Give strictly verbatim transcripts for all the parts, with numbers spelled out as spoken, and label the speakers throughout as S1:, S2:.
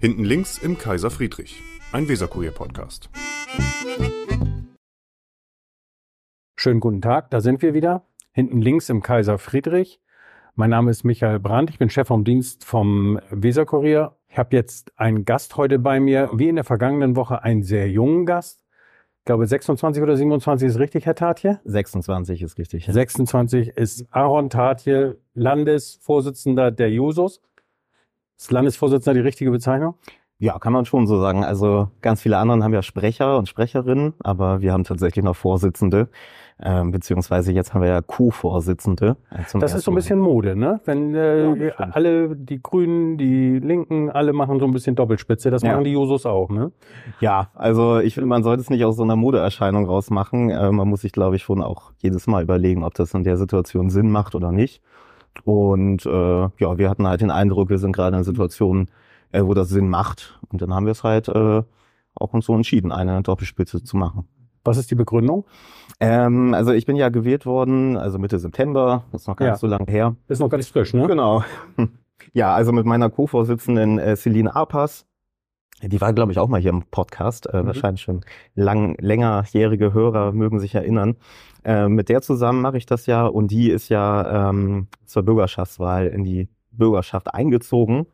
S1: Hinten links im Kaiser Friedrich, ein Weserkurier-Podcast.
S2: Schönen guten Tag, da sind wir wieder. Hinten links im Kaiser Friedrich. Mein Name ist Michael Brandt, ich bin Chef vom Dienst vom Weserkurier. Ich habe jetzt einen Gast heute bei mir, wie in der vergangenen Woche einen sehr jungen Gast. Ich glaube sechsundzwanzig oder siebenundzwanzig ist richtig, Herr Tatje?
S3: sechsundzwanzig ist richtig. Ja.
S2: sechsundzwanzig ist Aaron Tatje, Landesvorsitzender der Jusos. Ist Landesvorsitzender die richtige Bezeichnung?
S3: Ja, kann man schon so sagen. Also ganz viele anderen haben ja Sprecher und Sprecherinnen, aber wir haben tatsächlich noch Vorsitzende, ähm, beziehungsweise jetzt haben wir ja Co-Vorsitzende.
S2: Das ist so ein bisschen Mode, ne? Wenn äh,
S3: ja,
S2: alle, die Grünen, die Linken, alle machen so ein bisschen Doppelspitze. Das machen ja. die Jusos auch, ne?
S3: Ja, also ich finde, man sollte es nicht aus so einer Modeerscheinung rausmachen. Äh, man muss sich, glaube ich, schon auch jedes Mal überlegen, ob das in der Situation Sinn macht oder nicht. Und äh, ja, wir hatten halt den Eindruck, wir sind gerade in einer Situation, äh, wo das Sinn macht. Und dann haben wir es halt äh, auch uns so entschieden, eine Doppelspitze zu machen.
S2: Was ist die Begründung?
S3: Ähm, also ich bin ja gewählt worden, also Mitte September, das ist noch gar
S2: ja.
S3: nicht so lange her.
S2: Ist noch ganz frisch, ne?
S3: Genau. Ja, also mit meiner Co-Vorsitzenden äh, Celine Arpas. Die war, glaube ich, auch mal hier im Podcast. Äh, mhm. Wahrscheinlich schon lang, längerjährige Hörer mögen sich erinnern. Äh, mit der zusammen mache ich das ja und die ist ja ähm, zur Bürgerschaftswahl in die Bürgerschaft eingezogen.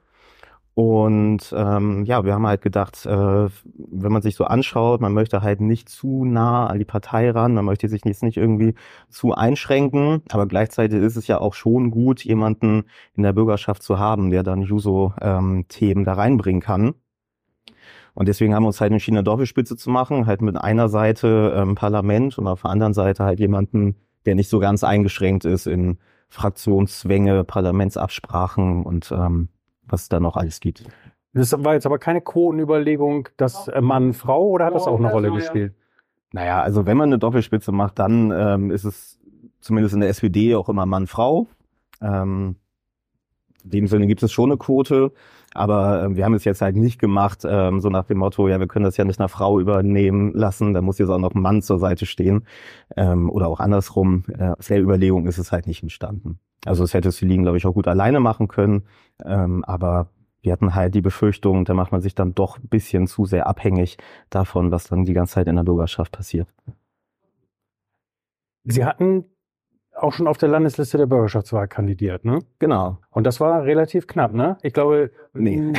S3: Und ähm, ja, wir haben halt gedacht, äh, wenn man sich so anschaut, man möchte halt nicht zu nah an die Partei ran, man möchte sich jetzt nicht irgendwie zu einschränken, aber gleichzeitig ist es ja auch schon gut, jemanden in der Bürgerschaft zu haben, der dann Juso-Themen da reinbringen kann. Und deswegen haben wir uns halt entschieden, eine Doppelspitze zu machen, halt mit einer Seite ähm, Parlament und auf der anderen Seite halt jemanden, der nicht so ganz eingeschränkt ist in Fraktionszwänge, Parlamentsabsprachen und ähm, was es da noch alles gibt.
S2: Das war jetzt aber keine Quotenüberlegung, dass Mann, Frau, oder hat das auch eine Rolle gespielt?
S3: Naja, also wenn man eine Doppelspitze macht, dann ähm, ist es zumindest in der S P D auch immer Mann, Frau. Ähm, in dem Sinne gibt es schon eine Quote, aber äh, wir haben es jetzt halt nicht gemacht, ähm, so nach dem Motto, ja, wir können das ja nicht einer Frau übernehmen lassen, da muss jetzt auch noch ein Mann zur Seite stehen ähm, oder auch andersrum. Äh, aus der Überlegung ist es halt nicht entstanden. Also es hätte Celine, glaube ich, auch gut alleine machen können, ähm, aber wir hatten halt die Befürchtung, da macht man sich dann doch ein bisschen zu sehr abhängig davon, was dann die ganze Zeit in der Bürgerschaft passiert.
S2: Sie hatten auch schon auf der Landesliste der Bürgerschaftswahl kandidiert, ne?
S3: Genau.
S2: Und das war relativ knapp, ne? Ich glaube,
S3: nee.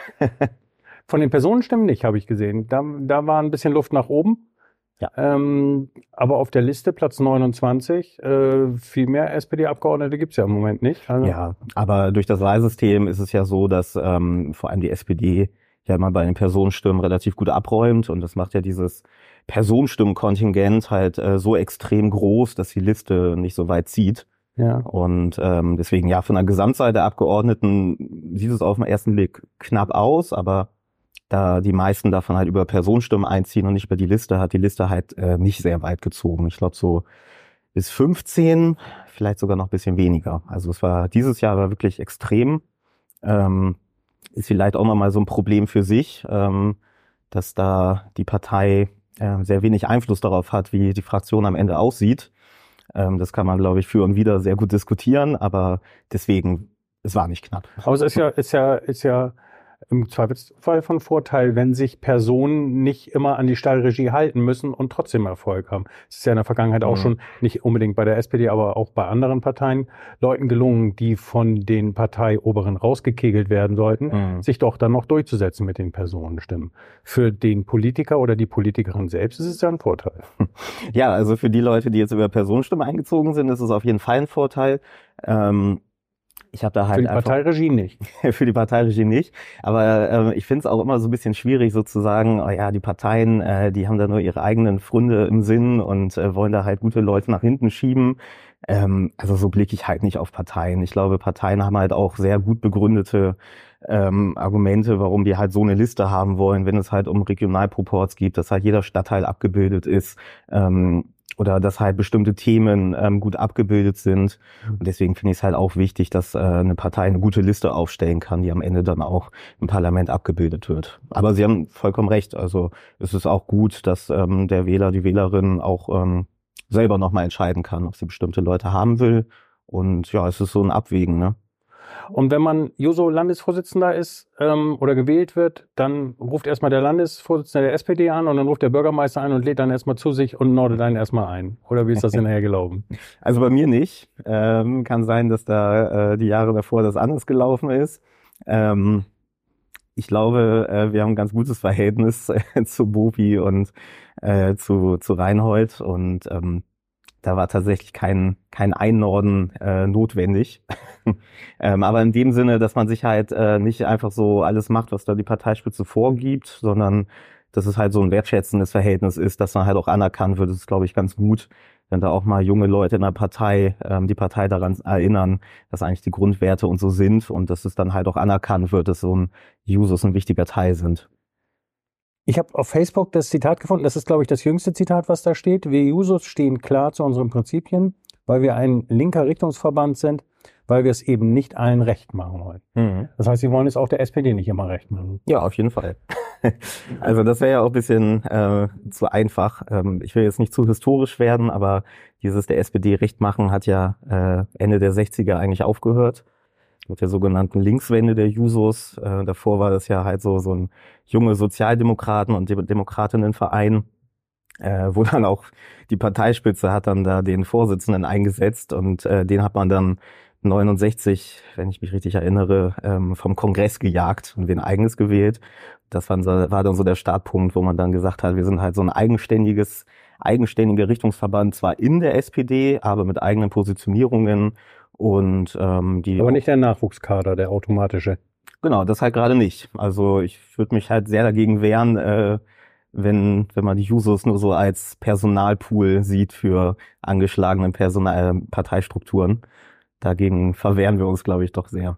S2: Von den Personenstimmen nicht, habe ich gesehen. Da, da war ein bisschen Luft nach oben.
S3: Ja.
S2: Ähm, aber auf der Liste Platz neunundzwanzig, äh, viel mehr S P D-Abgeordnete gibt's ja im Moment nicht. Also
S3: ja, aber durch das Wahlsystem ist es ja so, dass ähm, vor allem die S P D ja immer bei den Personenstimmen relativ gut abräumt und das macht ja dieses Personenstimmenkontingent halt äh, so extrem groß, dass die Liste nicht so weit zieht.
S2: Ja.
S3: Und ähm, deswegen, ja, von der Gesamtzahl der Abgeordneten sieht es auf den ersten Blick knapp aus, aber da die meisten davon halt über Personenstimmen einziehen und nicht über die Liste, hat die Liste halt äh, nicht sehr weit gezogen. Ich glaube so bis fünfzehn, vielleicht sogar noch ein bisschen weniger. Also es war dieses Jahr war wirklich extrem. Ähm, ist vielleicht auch nochmal so ein Problem für sich, ähm, dass da die Partei äh, sehr wenig Einfluss darauf hat, wie die Fraktion am Ende aussieht. Ähm, das kann man, glaube ich, für und wieder sehr gut diskutieren, aber deswegen, es war nicht knapp.
S2: Aber es ist ja, ist ja, ist ja im Zweifelsfall von Vorteil, wenn sich Personen nicht immer an die Stallregie halten müssen und trotzdem Erfolg haben. Es ist ja in der Vergangenheit auch mhm. schon nicht unbedingt bei der S P D, aber auch bei anderen Parteien Leuten gelungen, die von den Parteioberen rausgekegelt werden sollten, mhm. sich doch dann noch durchzusetzen mit den Personenstimmen. Für den Politiker oder die Politikerin selbst ist es ja ein Vorteil.
S3: Ja, also für die Leute, die jetzt über Personenstimmen eingezogen sind, ist es auf jeden Fall ein Vorteil. Ähm Ich habe da halt
S2: für die Parteiregie nicht.
S3: Für die Parteiregie nicht. Aber äh, ich finde es auch immer so ein bisschen schwierig sozusagen, oh ja, die Parteien, äh, die haben da nur ihre eigenen Fründe im Sinn und äh, wollen da halt gute Leute nach hinten schieben. Ähm, also so blicke ich halt nicht auf Parteien. Ich glaube, Parteien haben halt auch sehr gut begründete ähm, Argumente, warum die halt so eine Liste haben wollen, wenn es halt um Regionalproports geht, dass halt jeder Stadtteil abgebildet ist. Ähm, oder dass halt bestimmte Themen ähm, gut abgebildet sind. Und deswegen finde ich es halt auch wichtig, dass äh, eine Partei eine gute Liste aufstellen kann, die am Ende dann auch im Parlament abgebildet wird. Aber Sie haben vollkommen recht. Also es ist auch gut, dass ähm, der Wähler, die Wählerin auch ähm, selber nochmal entscheiden kann, ob sie bestimmte Leute haben will. Und ja, es ist so ein Abwägen, ne?
S2: Und wenn man Juso-Landesvorsitzender ist ähm, oder gewählt wird, dann ruft erstmal der Landesvorsitzende der S P D an und dann ruft der Bürgermeister ein und lädt dann erstmal zu sich und nordet einen erstmal ein. Oder wie ist das denn nachher gelaufen?
S3: Also bei mir nicht. Ähm, kann sein, dass da äh, die Jahre davor das anders gelaufen ist. Ähm, ich glaube, äh, wir haben ein ganz gutes Verhältnis äh, zu Bobi und äh, zu, zu Reinhold und ähm, da war tatsächlich kein, kein Einnorden äh, notwendig. ähm, aber in dem Sinne, dass man sich halt äh, nicht einfach so alles macht, was da die Parteispitze vorgibt, sondern dass es halt so ein wertschätzendes Verhältnis ist, dass man halt auch anerkannt wird. Das ist, glaube ich, ganz gut, wenn da auch mal junge Leute in der Partei ähm, die Partei daran erinnern, dass eigentlich die Grundwerte und so sind und dass es dann halt auch anerkannt wird, dass so ein Jusos ein wichtiger Teil sind.
S2: Ich habe auf Facebook das Zitat gefunden, das ist, glaube ich, das jüngste Zitat, was da steht. Wir Jusos stehen klar zu unseren Prinzipien, weil wir ein linker Richtungsverband sind, weil wir es eben nicht allen recht machen wollen. Mhm. Das heißt, Sie wollen es auch der S P D nicht immer recht machen.
S3: Ja, auf jeden Fall. Also das wäre ja auch ein bisschen äh, zu einfach. Ähm, ich will jetzt nicht zu historisch werden, aber dieses der S P D recht machen hat ja äh, Ende der sechziger eigentlich aufgehört. Mit der sogenannten Linkswende der Jusos. Äh, davor war das ja halt so so ein junge Sozialdemokraten- und Dem- Demokratinnenverein, äh, wo dann auch die Parteispitze hat dann da den Vorsitzenden eingesetzt und äh, den hat man dann neunundsechzig, wenn ich mich richtig erinnere, ähm, vom Kongress gejagt und wen eigenes gewählt. Das war, war dann so der Startpunkt, wo man dann gesagt hat, wir sind halt so ein eigenständiges, eigenständiger Richtungsverband, zwar in der S P D, aber mit eigenen Positionierungen. Und ähm, die
S2: aber nicht der Nachwuchskader, der automatische.
S3: Genau, das halt gerade nicht. Also ich würde mich halt sehr dagegen wehren, äh, wenn wenn man die Jusos nur so als Personalpool sieht für angeschlagene Personal Parteistrukturen. Dagegen verwehren wir uns, glaube ich, doch sehr.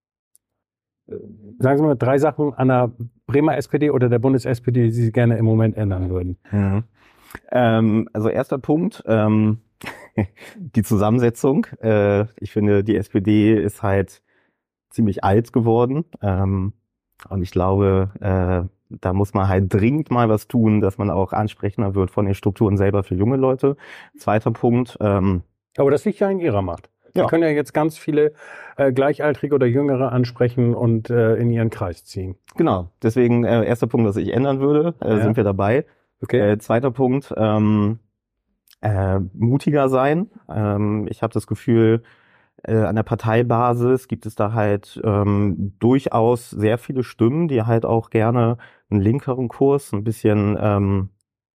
S2: Sagen Sie mal drei Sachen an der Bremer S P D oder der Bundes-S P D, die Sie gerne im Moment ändern würden.
S3: Mhm. Ähm, also erster Punkt, ähm, die Zusammensetzung. Äh, ich finde, die S P D ist halt ziemlich alt geworden. Ähm, und ich glaube, äh, da muss man halt dringend mal was tun, dass man auch ansprechender wird von den Strukturen selber für junge Leute. Zweiter Punkt. Ähm,
S2: Aber das liegt ja in Ihrer Macht. Sie ja. können ja jetzt ganz viele äh, Gleichaltrige oder Jüngere ansprechen und äh, in Ihren Kreis ziehen.
S3: Genau. Deswegen äh, erster Punkt, was ich ändern würde, äh, ja. sind wir dabei.
S2: Okay.
S3: Äh, zweiter Punkt, ähm, äh, mutiger sein. Ähm, ich habe das Gefühl, äh, an der Parteibasis gibt es da halt ähm, durchaus sehr viele Stimmen, die halt auch gerne einen linkeren Kurs, ein bisschen ähm,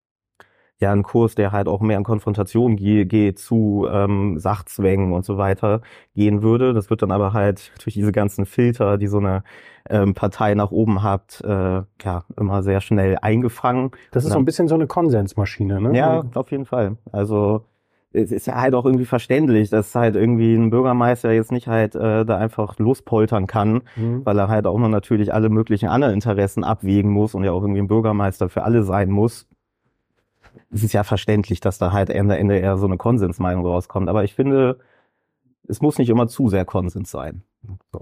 S3: ja einen Kurs, der halt auch mehr in Konfrontation ge- geht zu ähm, Sachzwängen und so weiter gehen würde. Das wird dann aber halt durch diese ganzen Filter, die so eine ähm, Partei nach oben hat, äh, ja immer sehr schnell eingefangen.
S2: Das ist so ein bisschen so eine Konsensmaschine, ne?
S3: Ja, auf jeden Fall. Also es ist ja halt auch irgendwie verständlich, dass halt irgendwie ein Bürgermeister jetzt nicht halt äh, da einfach lospoltern kann, mhm. weil er halt auch noch natürlich alle möglichen anderen Interessen abwägen muss und ja auch irgendwie ein Bürgermeister für alle sein muss. Es ist ja verständlich, dass da halt am Ende eher so eine Konsensmeinung rauskommt. Aber ich finde, es muss nicht immer zu sehr Konsens sein. So.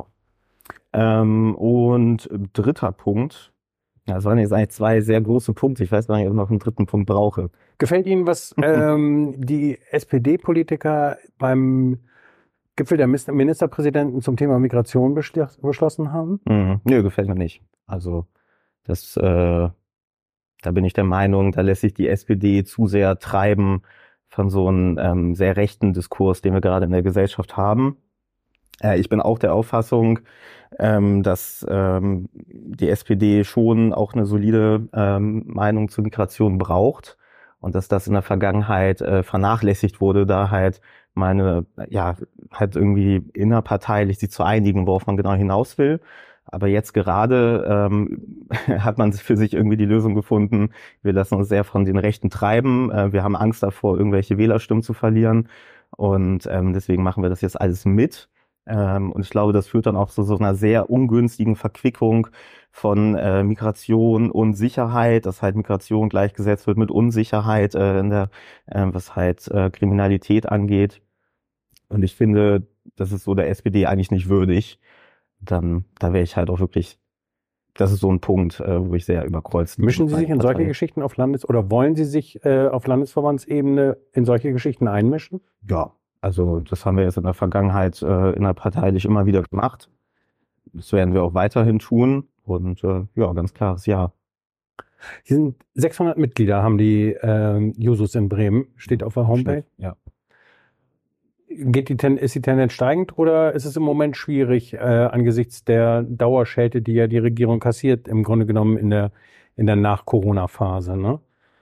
S3: Ähm, und dritter Punkt. Ja, das waren jetzt eigentlich zwei sehr große Punkte. Ich weiß gar nicht, ob ich noch einen dritten Punkt brauche.
S2: Gefällt Ihnen, was ähm, die S P D-Politiker beim Gipfel der Ministerpräsidenten zum Thema Migration beschlossen haben?
S3: Mhm. Nö, gefällt mir nicht. Also das... Äh, Da bin ich der Meinung, da lässt sich die S P D zu sehr treiben von so einem ähm, sehr rechten Diskurs, den wir gerade in der Gesellschaft haben. Äh, ich bin auch der Auffassung, ähm, dass ähm, die S P D schon auch eine solide ähm, Meinung zur Migration braucht und dass das in der Vergangenheit äh, vernachlässigt wurde, da halt meine, ja, halt irgendwie innerparteilich sich zu einigen, worauf man genau hinaus will. Aber jetzt gerade ähm, hat man für sich irgendwie die Lösung gefunden, wir lassen uns sehr von den Rechten treiben, äh, wir haben Angst davor, irgendwelche Wählerstimmen zu verlieren und ähm, deswegen machen wir das jetzt alles mit. Ähm, und ich glaube, das führt dann auch zu so einer sehr ungünstigen Verquickung von äh, Migration und Sicherheit, dass halt Migration gleichgesetzt wird mit Unsicherheit, äh, in der, äh, was halt äh, Kriminalität angeht. Und ich finde, das ist so der S P D eigentlich nicht würdig. Dann, da wäre ich halt auch wirklich, das ist so ein Punkt, äh, wo ich sehr überkreuzt bin.
S2: Mischen Sie sich in solche Geschichten auf Landes- oder wollen Sie sich äh, auf Landesverbandsebene in solche Geschichten einmischen?
S3: Ja, Also das haben wir jetzt in der Vergangenheit äh, innerparteilich immer wieder gemacht. Das werden wir auch weiterhin tun. Und äh, ja, ganz klares Ja.
S2: Hier sind sechshundert Mitglieder, haben die äh, Jusos in Bremen, steht auf der Homepage.
S3: Ja.
S2: Geht die Ten- ist die Tendenz steigend oder ist es im Moment schwierig äh, angesichts der Dauerschelte, die ja die Regierung kassiert, im Grunde genommen in der, in der Nach-Corona-Phase, ne?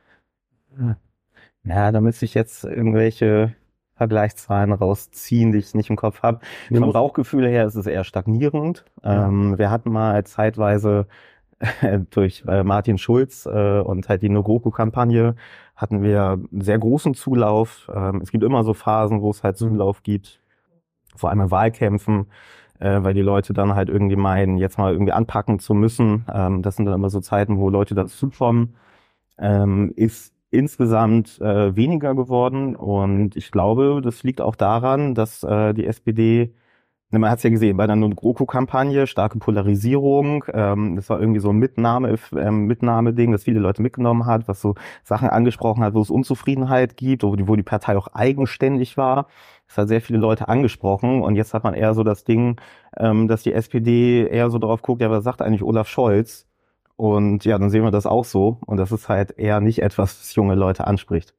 S3: Ja, da müsste ich jetzt irgendwelche Vergleichszahlen rausziehen, die ich nicht im Kopf habe.
S2: Nee,
S3: Vom
S2: muss-
S3: Bauchgefühl her ist es eher stagnierend.
S2: Ja.
S3: Ähm, wir hatten mal zeitweise durch äh, Martin Schulz äh, und halt die No-GroKo-Kampagne hatten wir einen sehr großen Zulauf. Ähm, es gibt immer so Phasen, wo es halt Zulauf gibt, vor allem in Wahlkämpfen, äh, weil die Leute dann halt irgendwie meinen, jetzt mal irgendwie anpacken zu müssen. Ähm, das sind dann immer so Zeiten, wo Leute dazukommen. Ähm, ist insgesamt äh, weniger geworden und ich glaube, das liegt auch daran, dass äh, die S P D, ne, man hat es ja gesehen, bei der No-GroKo-Kampagne, starke Polarisierung, ähm, das war irgendwie so ein Mitnahme, ähm, Mitnahmeding, das viele Leute mitgenommen hat, was so Sachen angesprochen hat, wo es Unzufriedenheit gibt, wo die, wo die Partei auch eigenständig war. Das hat sehr viele Leute angesprochen und jetzt hat man eher so das Ding, ähm, dass die S P D eher so drauf guckt, ja, was sagt eigentlich Olaf Scholz? Und ja, dann sehen wir das auch so. Und das ist halt eher nicht etwas, was junge Leute anspricht.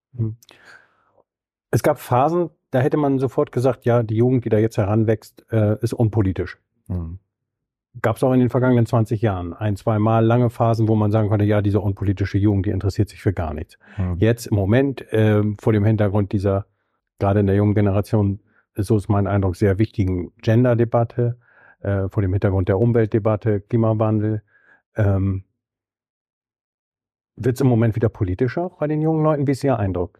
S2: Es gab Phasen, da hätte man sofort gesagt, ja, die Jugend, die da jetzt heranwächst, äh, ist unpolitisch.
S3: Mhm.
S2: Gab es auch in den vergangenen zwanzig Jahren ein, zwei Mal lange Phasen, wo man sagen konnte, ja, diese unpolitische Jugend, die interessiert sich für gar nichts.
S3: Mhm.
S2: Jetzt im Moment, äh, vor dem Hintergrund dieser, gerade in der jungen Generation, so ist mein Eindruck, sehr wichtigen Gender-Debatte, äh, vor dem Hintergrund der Umweltdebatte, Klimawandel, ähm, wird es im Moment wieder politischer bei den jungen Leuten? Wie ist Ihr Eindruck?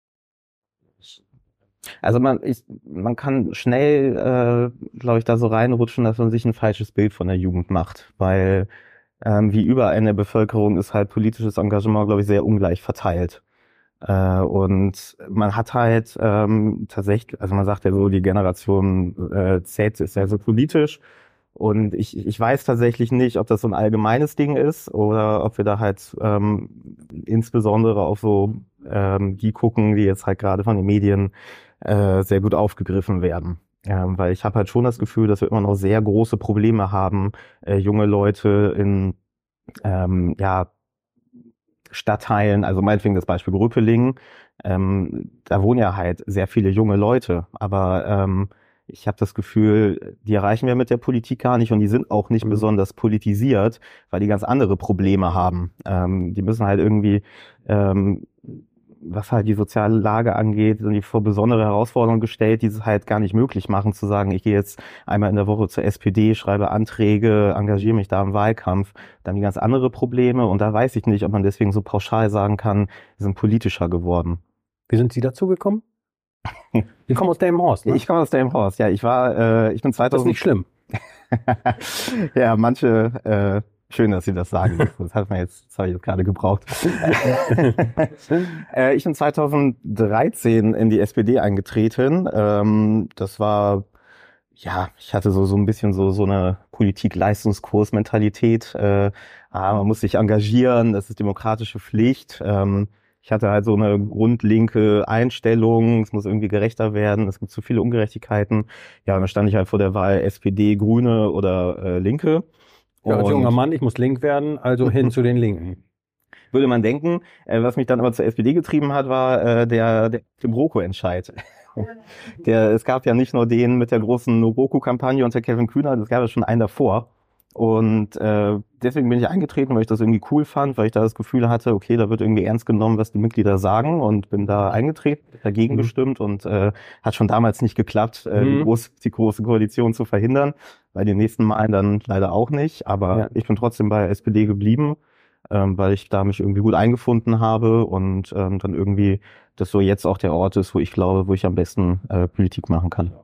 S3: Also man, ich, man kann schnell, äh, glaube ich, da so reinrutschen, dass man sich ein falsches Bild von der Jugend macht, weil ähm, wie überall in der Bevölkerung ist halt politisches Engagement, glaube ich, sehr ungleich verteilt. Äh, und man hat halt ähm, tatsächlich, also man sagt ja so, die Generation äh, Z ist ja so politisch. Und ich, ich weiß tatsächlich nicht, ob das so ein allgemeines Ding ist oder ob wir da halt ähm, insbesondere auf so ähm, die gucken, die jetzt halt gerade von den Medien äh, sehr gut aufgegriffen werden. Ähm, weil ich habe halt schon das Gefühl, dass wir immer noch sehr große Probleme haben, äh, junge Leute in ähm, ja Stadtteilen, also meinetwegen das Beispiel Gröpelingen, ähm, da wohnen ja halt sehr viele junge Leute, aber ähm, ich habe das Gefühl, die erreichen wir mit der Politik gar nicht und die sind auch nicht
S2: Mhm.
S3: besonders politisiert, weil die ganz andere Probleme haben. Ähm, die müssen halt irgendwie, ähm, was halt die soziale Lage angeht, sind die vor besondere Herausforderungen gestellt, die es halt gar nicht möglich machen, zu sagen, ich gehe jetzt einmal in der Woche zur S P D, schreibe Anträge, engagiere mich da im Wahlkampf. Dann die ganz andere Probleme und da weiß ich nicht, ob man deswegen so pauschal sagen kann, wir sind politischer geworden.
S2: Wie sind Sie dazu gekommen? Sie kommen aus Delmenhorst, ne?
S3: Ich komme aus Delmenhorst, ja. Ich war, äh, ich bin
S2: Das ist
S3: zweitausend.
S2: nicht schlimm.
S3: Ja, manche, äh, schön, dass Sie das sagen. Das hat man jetzt, das habe ich jetzt gerade gebraucht. äh, ich bin zweitausenddreizehn in die S P D eingetreten. Ähm, das war, ja, ich hatte so so ein bisschen so so eine Politik-Leistungskurs-Mentalität. Äh, ah, man muss sich engagieren, das ist demokratische Pflicht. Ähm, ich hatte halt so eine grundlinke Einstellung, es muss irgendwie gerechter werden, es gibt zu viele Ungerechtigkeiten. Ja, und dann stand ich halt vor der Wahl S P D, Grüne oder äh, Linke.
S2: Ja, als
S3: Und
S2: junger Mann, ich muss link werden, also hin zu den Linken.
S3: würde man denken, äh, was mich dann aber zur S P D getrieben hat, war äh, der, der GroKo-Entscheid. Der, es gab ja nicht nur den mit der großen No-GroKo-Kampagne unter Kevin Kühnert, es gab ja schon einen davor. Und äh, deswegen bin ich eingetreten, weil ich das irgendwie cool fand, weil ich da das Gefühl hatte, okay, da wird irgendwie ernst genommen, was die Mitglieder sagen und bin da eingetreten, dagegen
S2: Mhm.
S3: gestimmt und äh, hat schon damals nicht geklappt, äh, die,
S2: Mhm.
S3: groß, die große Koalition zu verhindern, bei den nächsten Malen dann leider auch nicht, aber
S2: Ja.
S3: ich bin trotzdem bei S P D geblieben, ähm, weil ich da mich irgendwie gut eingefunden habe und ähm, dann irgendwie das so jetzt auch der Ort ist, wo ich glaube, wo ich am besten äh, Politik machen kann.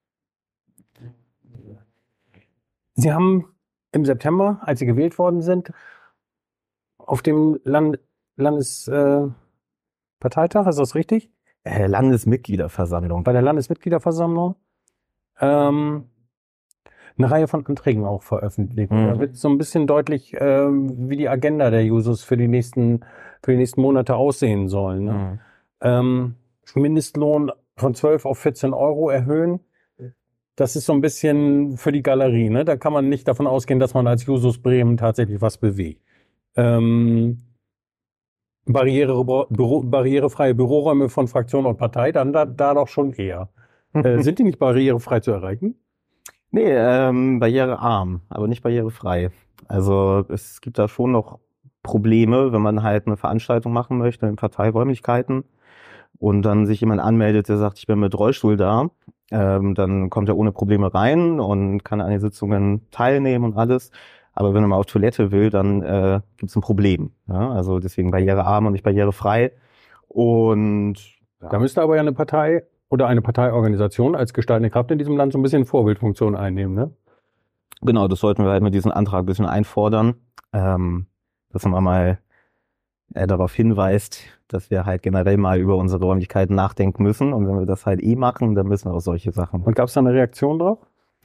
S2: Sie haben im September, als Sie gewählt worden sind, auf dem Land Landesparteitag, äh, Parteitag, ist das richtig?
S3: Äh, Landesmitgliederversammlung.
S2: Bei der Landesmitgliederversammlung ähm, eine Reihe von Anträgen auch veröffentlicht.
S3: Mhm.
S2: Da wird so ein bisschen deutlich, ähm, wie die Agenda der Jusos für die nächsten, für die nächsten Monate aussehen soll. Ne?
S3: Mhm.
S2: Ähm, Mindestlohn von zwölf auf vierzehn Euro erhöhen. Das ist so ein bisschen für die Galerie, ne? Da kann man nicht davon ausgehen, dass man als Jusos Bremen tatsächlich was bewegt. Ähm, Barriere, Büro, barrierefreie Büroräume von Fraktion und Partei, dann da, da doch schon eher. äh, sind die nicht barrierefrei zu erreichen?
S3: Nee, ähm, barrierearm, aber nicht barrierefrei. Also es gibt da schon noch Probleme, wenn man halt eine Veranstaltung machen möchte in Parteiräumlichkeiten und dann sich jemand anmeldet, der sagt, ich bin mit Rollstuhl da. Ähm, dann kommt er ohne Probleme rein und kann an den Sitzungen teilnehmen und alles. Aber wenn er mal auf Toilette will, dann äh, gibt es ein Problem. Ja? Also deswegen barrierearm und nicht barrierefrei. Und
S2: ja. Da müsste aber ja eine Partei oder eine Parteiorganisation als gestaltende Kraft in diesem Land so ein bisschen Vorbildfunktion einnehmen, ne?
S3: Genau, das sollten wir halt mit diesem Antrag ein bisschen einfordern, ähm, dass man mal äh, darauf hinweist, dass wir halt generell mal über unsere Räumlichkeiten nachdenken müssen. Und wenn wir das halt eh machen, dann müssen wir auch solche Sachen.
S2: Und gab es da eine Reaktion drauf?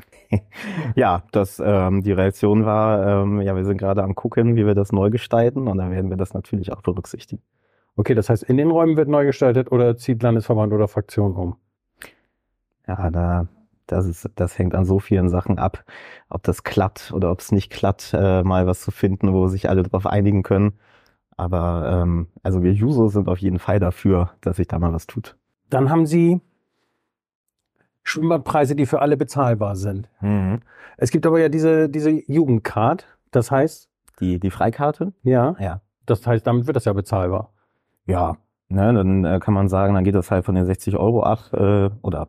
S3: Ja, das, ähm, die Reaktion war, ähm, ja, wir sind gerade am gucken, wie wir das neu gestalten und dann werden wir das natürlich auch berücksichtigen.
S2: Okay, das heißt, in den Räumen wird neu gestaltet oder zieht Landesverband oder Fraktion um?
S3: Ja, da, das ist, das hängt an so vielen Sachen ab, ob das klappt oder ob es nicht klappt, äh, mal was zu finden, wo sich alle drauf einigen können. Aber ähm, also wir Jusos sind auf jeden Fall dafür, dass sich da mal was tut.
S2: Dann haben Sie Schwimmbadpreise, die für alle bezahlbar sind.
S3: Mhm.
S2: Es gibt aber ja diese, diese Jugendcard, das heißt?
S3: Die, die Freikarte?
S2: Ja.
S3: Ja.
S2: Das heißt, damit wird das ja bezahlbar.
S3: Ja, ne, dann äh, kann man sagen, dann geht das halt von den sechzig Euro ab äh, oder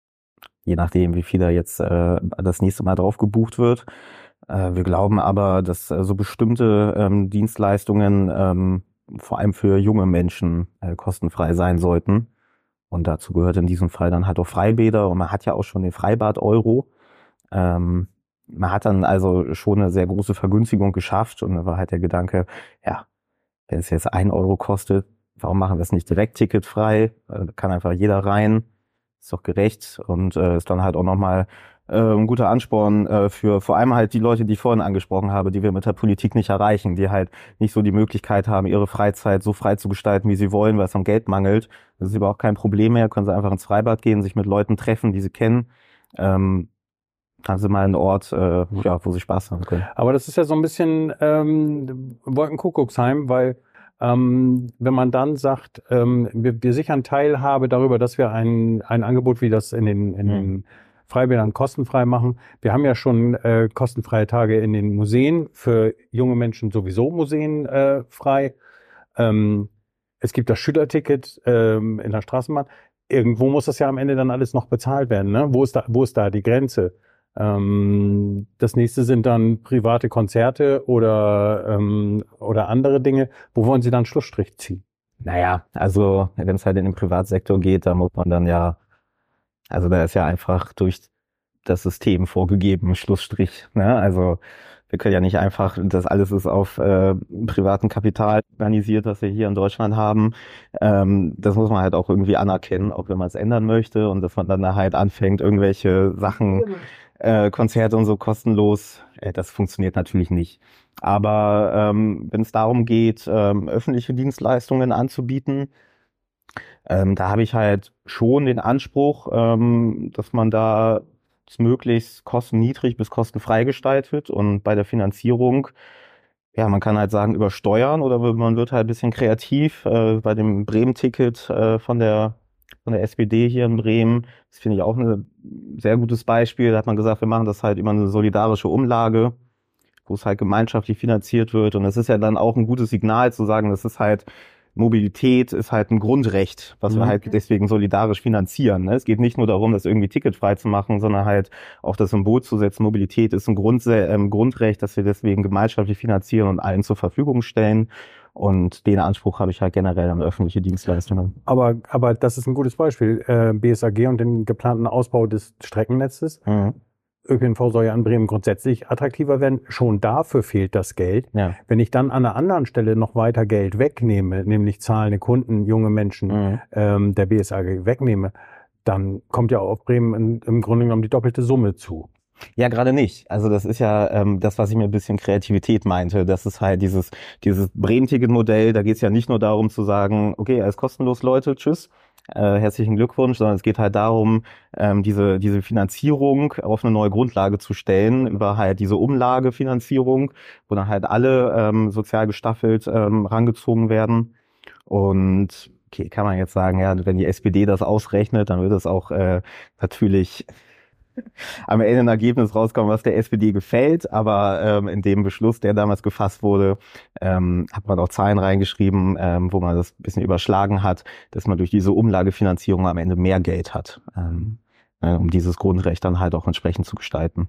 S3: je nachdem, wie viel da jetzt äh, das nächste Mal drauf gebucht wird. Äh, wir glauben aber, dass äh, so bestimmte ähm, Dienstleistungen ähm, vor allem für junge Menschen äh, kostenfrei sein sollten. Und dazu gehört in diesem Fall dann halt auch Freibäder. Und man hat ja auch schon den Freibad-Euro. Ähm, man hat dann also schon eine sehr große Vergünstigung geschafft. Und da war halt der Gedanke, ja, wenn es jetzt ein Euro kostet, warum machen wir es nicht direkt ticketfrei? Da kann einfach jeder rein. Ist doch gerecht. Und äh, ist dann halt auch nochmal äh, ein guter Ansporn äh, für vor allem halt die Leute, die ich vorhin angesprochen habe, die wir mit der Politik nicht erreichen, die halt nicht so die Möglichkeit haben, ihre Freizeit so frei zu gestalten, wie sie wollen, weil es am Geld mangelt. Das ist überhaupt kein Problem mehr. Können sie einfach ins Freibad gehen, sich mit Leuten treffen, die sie kennen. Ähm, haben sie mal einen Ort, äh, ja, wo sie Spaß haben können.
S2: Aber das ist ja so ein bisschen ähm, Wolkenkuckucksheim, weil ähm, wenn man dann sagt, ähm, wir, wir sichern Teilhabe darüber, dass wir ein, ein Angebot wie das in den, in den Freibädern kostenfrei machen. Wir haben ja schon äh, kostenfreie Tage in den Museen, für junge Menschen sowieso Museen äh, frei. Ähm, es gibt das Schülerticket ähm, in der Straßenbahn. Irgendwo muss das ja am Ende dann alles noch bezahlt werden, ne? Wo ist da, wo ist da die Grenze? Ähm, das nächste sind dann private Konzerte oder, ähm, oder andere Dinge. Wo wollen Sie dann Schlussstrich ziehen?
S3: Naja, also wenn es halt in den Privatsektor geht, da muss man dann ja, also da ist ja einfach durch das System vorgegeben, Schlussstrich. Ne? Also wir können ja nicht einfach, das alles ist auf äh, privaten Kapital organisiert, was wir hier in Deutschland haben. Ähm, das muss man halt auch irgendwie anerkennen, auch wenn man es ändern möchte und dass man dann halt anfängt, irgendwelche Sachen, äh, Konzerte und so kostenlos, äh, das funktioniert natürlich nicht. Aber ähm, wenn es darum geht, ähm, öffentliche Dienstleistungen anzubieten, ähm, da habe ich halt schon den Anspruch, ähm, dass man da es möglichst kostenniedrig bis kostenfrei gestaltet und bei der Finanzierung, ja, man kann halt sagen, über Steuern oder man wird halt ein bisschen kreativ. Äh, bei dem Bremen-Ticket äh, von der von der S P D hier in Bremen, das finde ich auch ein sehr gutes Beispiel. Da hat man gesagt, wir machen das halt über eine solidarische Umlage, wo es halt gemeinschaftlich finanziert wird. Und das ist ja dann auch ein gutes Signal zu sagen, das ist halt Mobilität ist halt ein Grundrecht, was mhm. wir halt deswegen solidarisch finanzieren. Ne? Es geht nicht nur darum, das irgendwie ticketfrei zu machen, sondern halt auch das Symbol zu setzen. Mobilität ist ein Grund, äh, Grundrecht, das wir deswegen gemeinschaftlich finanzieren und allen zur Verfügung stellen. Und den Anspruch habe ich halt generell an öffentliche Dienstleistungen.
S2: Aber, aber das ist ein gutes Beispiel. Äh, B S A G und den geplanten Ausbau des Streckennetzes. Mhm. Ö P N V soll ja in Bremen grundsätzlich attraktiver werden. Schon dafür fehlt das Geld. Ja. Wenn ich dann an einer anderen Stelle noch weiter Geld wegnehme, nämlich zahlende Kunden, junge Menschen, mhm. ähm, der B S A G wegnehme, dann kommt ja auf Bremen in, im Grunde genommen die doppelte Summe zu.
S3: Ja, gerade nicht. Also das ist ja ähm, das, was ich mir ein bisschen Kreativität meinte. Das ist halt dieses dieses Bremen-Ticket-Modell. Da geht es ja nicht nur darum zu sagen, okay, er ist kostenlos, Leute, tschüss, äh, herzlichen Glückwunsch, sondern es geht halt darum, ähm, diese diese Finanzierung auf eine neue Grundlage zu stellen, über halt diese Umlagefinanzierung, wo dann halt alle ähm, sozial gestaffelt ähm, rangezogen werden. Und okay, kann man jetzt sagen, ja, wenn die S P D das ausrechnet, dann wird es auch äh, natürlich am Ende ein Ergebnis rauskommen, was der S P D gefällt. Aber ähm, in dem Beschluss, der damals gefasst wurde, ähm, hat man auch Zahlen reingeschrieben, ähm, wo man das ein bisschen überschlagen hat, dass man durch diese Umlagefinanzierung am Ende mehr Geld hat, ähm, äh, um dieses Grundrecht dann halt auch entsprechend zu gestalten.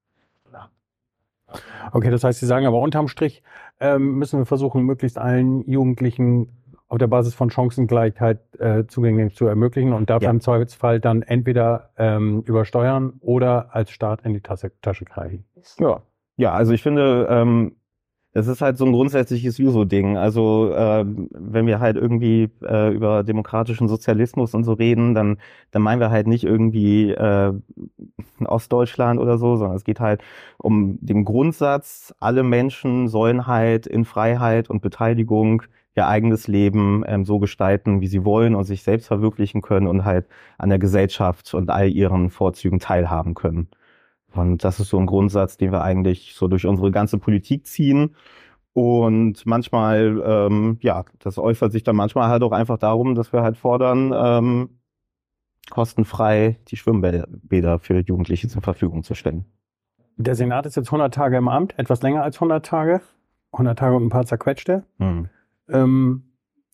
S2: Okay, das heißt, Sie sagen aber unterm Strich ähm, müssen wir versuchen, möglichst allen Jugendlichen auf der Basis von Chancengleichheit äh, zugänglich zu ermöglichen und dafür
S3: Ja.
S2: im Zweifelsfall dann entweder ähm, übersteuern oder als Staat in die Tasche, Tasche greifen.
S3: Ja, ja, also ich finde, ähm, es ist halt so ein grundsätzliches Juso-Ding. Also ähm, wenn wir halt irgendwie äh, über demokratischen Sozialismus und so reden, dann dann meinen wir halt nicht irgendwie äh, Ostdeutschland oder so, sondern es geht halt um den Grundsatz, alle Menschen sollen halt in Freiheit und Beteiligung ihr eigenes Leben ähm, so gestalten, wie sie wollen und sich selbst verwirklichen können und halt an der Gesellschaft und all ihren Vorzügen teilhaben können. Und das ist so ein Grundsatz, den wir eigentlich so durch unsere ganze Politik ziehen. Und manchmal, ähm, ja, das äußert sich dann manchmal halt auch einfach darum, dass wir halt fordern, ähm, kostenfrei die Schwimmbäder für Jugendliche zur Verfügung zu stellen.
S2: Der Senat ist jetzt hundert Tage im Amt, etwas länger als hundert Tage. hundert Tage und ein paar zerquetschte.
S3: Hm.
S2: Ähm,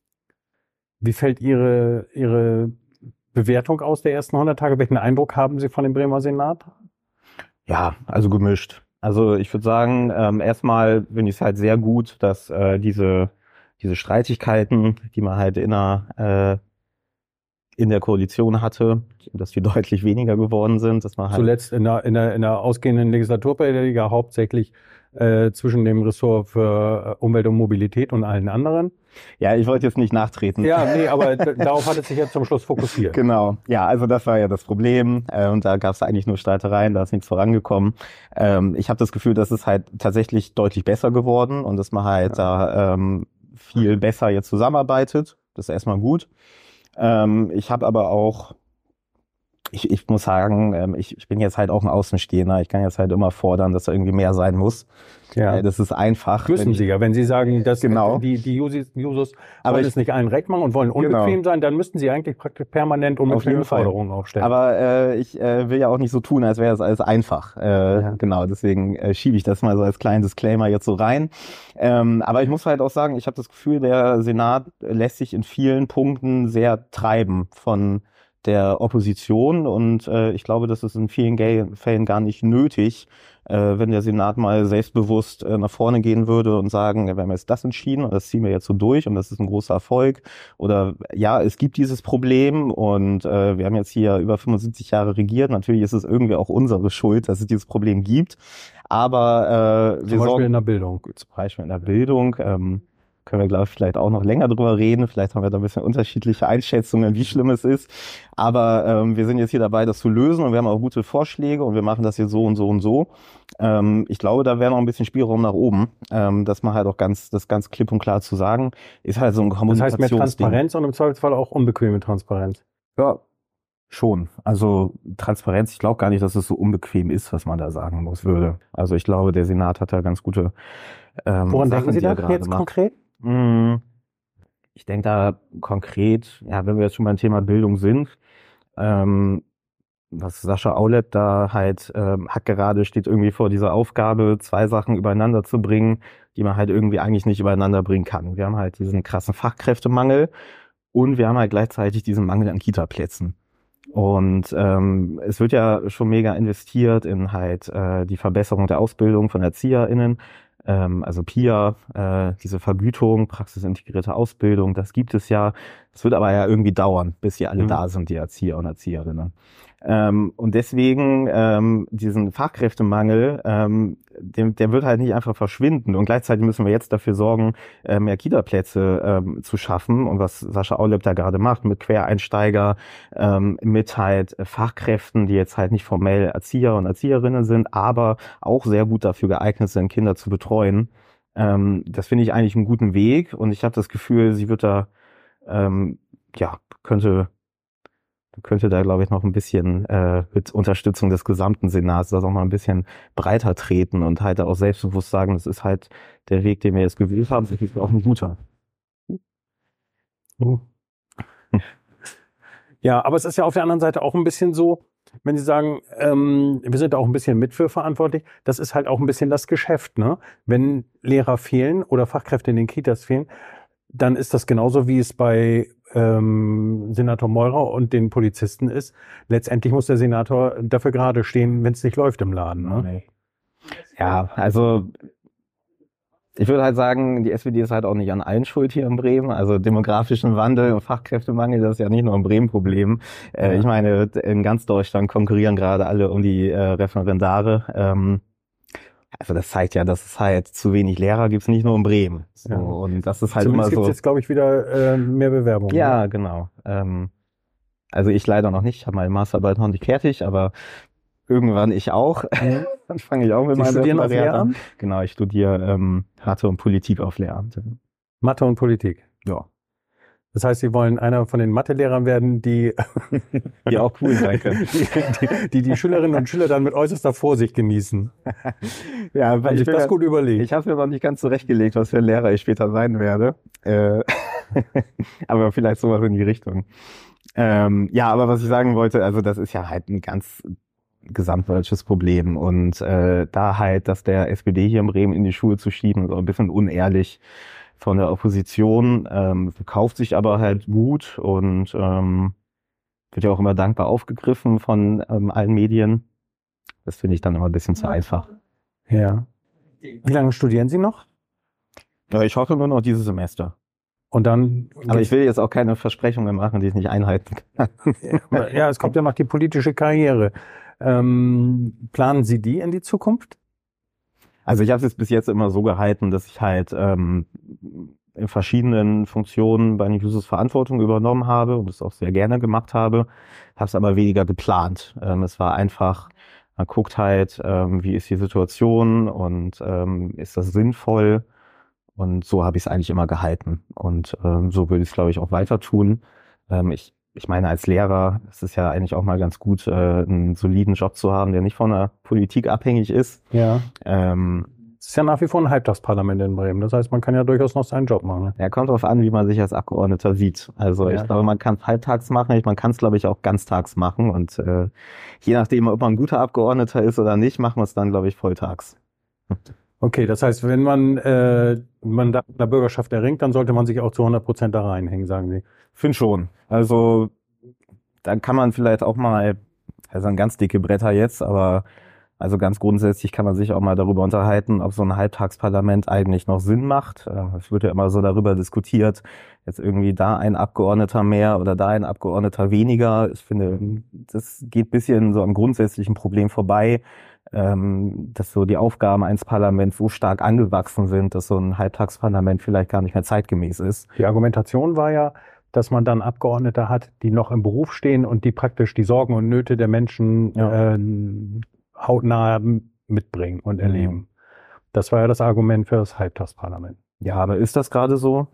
S2: wie fällt Ihre, Ihre Bewertung aus der ersten hundert Tage? Welchen Eindruck haben Sie von dem Bremer Senat?
S3: Ja, also gemischt. Also ich würde sagen, ähm, erstmal finde ich es halt sehr gut, dass äh, diese diese Streitigkeiten, die man halt in der, äh, in der Koalition hatte, dass die deutlich weniger geworden sind, dass man halt
S2: Zuletzt in der, in der, in der ausgehenden Legislaturperiode ja hauptsächlich äh, zwischen dem Ressort für Umwelt und Mobilität und allen anderen.
S3: Ja, ich wollte jetzt nicht nachtreten.
S2: Ja, nee, aber d- darauf hat es sich jetzt zum Schluss fokussiert.
S3: Genau, ja, also das war ja das Problem äh, und da gab es eigentlich nur Streitereien, da ist nichts vorangekommen. Ähm, ich habe das Gefühl, dass es halt tatsächlich deutlich besser geworden und dass man halt
S2: Ja.
S3: da ähm, viel besser jetzt zusammenarbeitet. Das ist erstmal gut. Ähm, ich habe aber auch, ich, ich muss sagen, ähm, ich, ich bin jetzt halt auch ein Außenstehender. Ich kann jetzt halt immer fordern, dass da irgendwie mehr sein muss.
S2: Ja.
S3: Äh, das ist einfach.
S2: Müssen
S3: wenn
S2: Sie
S3: ich-
S2: ja, wenn Sie sagen, dass
S3: Genau.
S2: die, die Jusos, Jusos
S3: Aber
S2: wollen
S3: ich-
S2: es nicht allen recht machen und wollen unbequem
S3: Genau.
S2: sein, dann müssten Sie eigentlich praktisch permanent
S3: Auf
S2: unbequeme
S3: jeden Fall.
S2: Forderungen aufstellen.
S3: Aber äh, ich äh, will ja auch nicht so tun, als wäre das alles einfach. Äh,
S2: Ja.
S3: Genau, deswegen äh, schiebe ich das mal so als kleinen Disclaimer jetzt so rein. Ähm, aber ich muss halt auch sagen, ich habe das Gefühl, der Senat lässt sich in vielen Punkten sehr treiben von der Opposition und äh, ich glaube, das ist in vielen Ga- Fällen gar nicht nötig, äh, wenn der Senat mal selbstbewusst äh, nach vorne gehen würde und sagen, ja, wir haben jetzt das entschieden und das ziehen wir jetzt so durch und das ist ein großer Erfolg. Oder ja, es gibt dieses Problem und äh, wir haben jetzt hier über fünfundsiebzig Jahre regiert. Natürlich ist es irgendwie auch unsere Schuld, dass es dieses Problem gibt. Aber äh,
S2: Zum
S3: wir
S2: Beispiel
S3: sorgen
S2: in der Bildung.
S3: zum Beispiel in der Bildung. Ähm, können wir, glaube ich, vielleicht auch noch länger drüber reden. Vielleicht haben wir da ein bisschen unterschiedliche Einschätzungen, wie schlimm es ist. Aber ähm, wir sind jetzt hier dabei, das zu lösen und wir haben auch gute Vorschläge und wir machen das jetzt so und so und so. Ähm, ich glaube, da wäre noch ein bisschen Spielraum nach oben, ähm, dass man halt auch ganz, das ganz klipp und klar zu sagen, ist halt so ein
S2: Das heißt
S3: Kommunikationsding.
S2: mehr Transparenz und im Zweifelsfall auch unbequeme Transparenz.
S3: Ja, schon. Also Transparenz, ich glaube gar nicht, dass es so unbequem ist, was man da sagen muss würde. Also ich glaube, der Senat hat da ganz gute ähm,
S2: Woran
S3: Sachen,
S2: denken Sie
S3: die er
S2: da
S3: gerade
S2: jetzt
S3: macht.
S2: konkret?
S3: Mm, Ich denke da konkret, ja, wenn wir jetzt schon beim Thema Bildung sind, ähm, was Sascha Aulett da halt ähm, hat gerade, steht irgendwie vor dieser Aufgabe, zwei Sachen übereinander zu bringen, die man halt irgendwie eigentlich nicht übereinander bringen kann. Wir haben halt diesen krassen Fachkräftemangel und wir haben halt gleichzeitig diesen Mangel an Kita-Plätzen. Und ähm, es wird ja schon mega investiert in halt äh, die Verbesserung der Ausbildung von ErzieherInnen. Ähm, also P I A, äh, diese Vergütung, praxisintegrierte Ausbildung, das gibt es ja. Es wird aber ja irgendwie dauern, bis sie alle
S2: Mhm.
S3: da sind, die Erzieher und Erzieherinnen. Ähm, und deswegen ähm, diesen Fachkräftemangel, ähm, dem, der wird halt nicht einfach verschwinden. Und gleichzeitig müssen wir jetzt dafür sorgen, äh, mehr Kita-Plätze ähm, zu schaffen. Und was Sascha Aulep da gerade macht mit Quereinsteiger, ähm, mit halt Fachkräften, die jetzt halt nicht formell Erzieher und Erzieherinnen sind, aber auch sehr gut dafür geeignet sind, Kinder zu betreuen. Ähm, das finde ich eigentlich einen guten Weg. Und ich habe das Gefühl, sie wird da, ähm, ja, könnte... könnte da, glaube ich, noch ein bisschen äh, mit Unterstützung des gesamten Senats das auch mal ein bisschen breiter treten und halt auch selbstbewusst sagen, das ist halt der Weg, den wir jetzt gewählt haben, das ist auch ein guter.
S2: Oh. Ja, aber es ist ja auf der anderen Seite auch ein bisschen so, wenn Sie sagen, ähm, wir sind auch ein bisschen mit für verantwortlich, das ist halt auch ein bisschen das Geschäft, ne? Wenn Lehrer fehlen oder Fachkräfte in den Kitas fehlen, dann ist das genauso, wie es bei ähm, Senator Meurer und den Polizisten ist. Letztendlich muss der Senator dafür gerade stehen, wenn es nicht läuft im Laden. Ne?
S3: Ja, also ich würde halt sagen, die S P D ist halt auch nicht an allen schuld hier in Bremen. Also demografischen Wandel und Fachkräftemangel, das ist ja nicht nur ein Bremen-Problem. Äh, ja. Ich meine, in ganz Deutschland konkurrieren gerade alle um die äh, Referendare. Ähm, Also das zeigt ja, dass es halt zu wenig Lehrer gibt, es nicht nur in Bremen. So, ja. Und das ist halt
S2: Zumindest
S3: immer so.
S2: Gibt es jetzt, glaube ich, wieder äh, mehr Bewerbungen.
S3: Ja,
S2: ne?
S3: genau. Ähm, also ich leider noch nicht, ich habe meine Masterarbeit noch nicht fertig, aber irgendwann ich auch.
S2: Mhm.
S3: Dann fange ich auch mit
S2: Sie
S3: meinem
S2: studieren auf
S3: Lehramt an.
S2: Lehramt?
S3: Genau, ich studiere ähm, Mathe und Politik auf Lehramt.
S2: Mathe und Politik.
S3: Ja.
S2: Das heißt, Sie wollen einer von den Mathelehrern werden, die
S3: die auch cool sein können.
S2: Die die, die die Schülerinnen und Schüler dann mit äußerster Vorsicht genießen.
S3: Ja, weil
S2: ich
S3: ich
S2: das
S3: ja,
S2: gut überlegt.
S3: Ich habe mir noch nicht ganz zurechtgelegt, was für ein Lehrer ich später sein werde. Äh, aber vielleicht sowas in die Richtung. Ähm, ja, aber was ich sagen wollte, also das ist ja halt ein ganz gesamtdeutsches Problem. Und äh, da halt, dass der S P D hier in Bremen in die Schuhe zu schieben, ist auch ein bisschen unehrlich von der Opposition, ähm, verkauft sich aber halt gut und ähm, wird ja auch immer dankbar aufgegriffen von ähm, allen Medien. Das finde ich dann immer ein bisschen zu einfach.
S2: Ja. Wie lange studieren Sie noch?
S3: Ja, ich hoffe nur noch dieses Semester.
S2: Und dann.
S3: Aber ich will jetzt auch keine Versprechungen machen, die ich nicht einhalten kann.
S2: Ja, es kommt ja noch die politische Karriere. Ähm, planen Sie die in die Zukunft?
S3: Also ich habe es jetzt bis jetzt immer so gehalten, dass ich halt ähm, in verschiedenen Funktionen bei den Jusos Verantwortung übernommen habe und das auch sehr gerne gemacht habe, habe es aber weniger geplant. Ähm, es war einfach, man guckt halt, ähm, wie ist die Situation und ähm, ist das sinnvoll, und so habe ich es eigentlich immer gehalten und ähm, so würde ich es, glaube ich, auch weiter tun. Ähm, ich Ich meine, als Lehrer ist es ja eigentlich auch mal ganz gut, äh, einen soliden Job zu haben, der nicht von der Politik abhängig ist.
S2: Ja.
S3: Ähm,
S2: es ist ja nach wie vor ein Halbtagsparlament in Bremen. Das heißt, man kann ja durchaus noch seinen Job machen.
S3: Ja, kommt drauf an, wie man sich als Abgeordneter sieht. Also ja. Ich glaube, man kann es halbtags machen, man kann es, glaube ich, auch ganztags machen. Und äh, je nachdem, ob man ein guter Abgeordneter ist oder nicht, machen wir es dann, glaube ich, volltags.
S2: Okay, das heißt, wenn man äh, man da der Bürgerschaft erringt, dann sollte man sich auch zu hundert Prozent da reinhängen, sagen Sie.
S3: Find schon. Also da kann man vielleicht auch mal, also ein ganz dicke Bretter jetzt, aber also ganz grundsätzlich kann man sich auch mal darüber unterhalten, ob so ein Halbtagsparlament eigentlich noch Sinn macht. Es wird ja immer so darüber diskutiert, jetzt irgendwie da ein Abgeordneter mehr oder da ein Abgeordneter weniger. Ich finde, das geht ein bisschen so am grundsätzlichen Problem vorbei, dass so die Aufgaben eines Parlaments so stark angewachsen sind, dass so ein Halbtagsparlament vielleicht gar nicht mehr zeitgemäß ist.
S2: Die Argumentation war ja, dass man dann Abgeordnete hat, die noch im Beruf stehen und die praktisch die Sorgen und Nöte der Menschen ja. äh, hautnah mitbringen und erleben. Mhm. Das war ja das Argument für das Halbtagsparlament.
S3: Ja, aber ist das gerade so?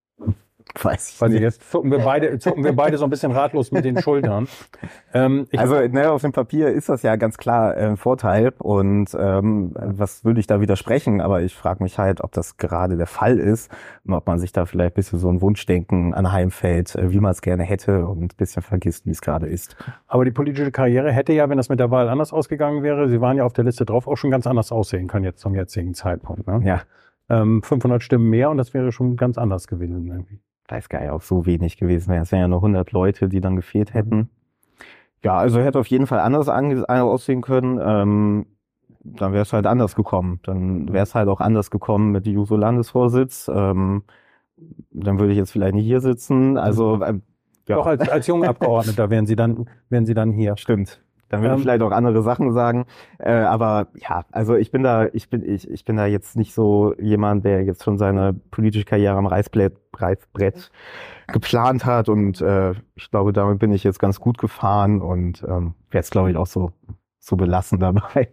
S3: Weiß ich
S2: Weiß
S3: nicht.
S2: Ich, jetzt zucken wir beide, zucken wir beide so ein bisschen ratlos mit den Schultern.
S3: Ähm, also ne, auf dem Papier ist das ja ganz klar ein äh, Vorteil und ähm, was würde ich da widersprechen, aber ich frage mich halt, ob das gerade der Fall ist und ob man sich da vielleicht ein bisschen so ein Wunschdenken anheimfällt, äh, wie man es gerne hätte und ein bisschen vergisst, wie es gerade ist.
S2: Aber die politische Karriere hätte ja, wenn das mit der Wahl anders ausgegangen wäre, Sie waren ja auf der Liste drauf, auch schon ganz anders aussehen können jetzt zum jetzigen Zeitpunkt. Ne?
S3: Ja.
S2: Ähm, fünfhundert Stimmen mehr und das wäre schon ganz anders gewesen irgendwie.
S3: Weiß gar nicht, ob so wenig gewesen wäre. Es wären ja nur hundert Leute, die dann gefehlt hätten. Ja, also hätte auf jeden Fall anders aussehen können. Ähm, dann wäre es halt anders gekommen. Dann wäre es halt auch anders gekommen mit dem Juso-Landesvorsitz. Ähm, dann würde ich jetzt vielleicht nicht hier sitzen. Also äh, Ja.
S2: Doch als, als junger Abgeordneter wären Sie dann, wären Sie dann hier.
S3: Stimmt. Dann würde ich
S2: Ähm,
S3: vielleicht auch andere Sachen sagen. Äh, aber ja, also ich bin da, ich bin, ich, ich bin da jetzt nicht so jemand, der jetzt schon seine politische Karriere am Reißbrett, Reißbrett geplant hat. Und äh, ich glaube, damit bin ich jetzt ganz gut gefahren und ähm, werde es, glaube ich, auch so, so belassen dabei.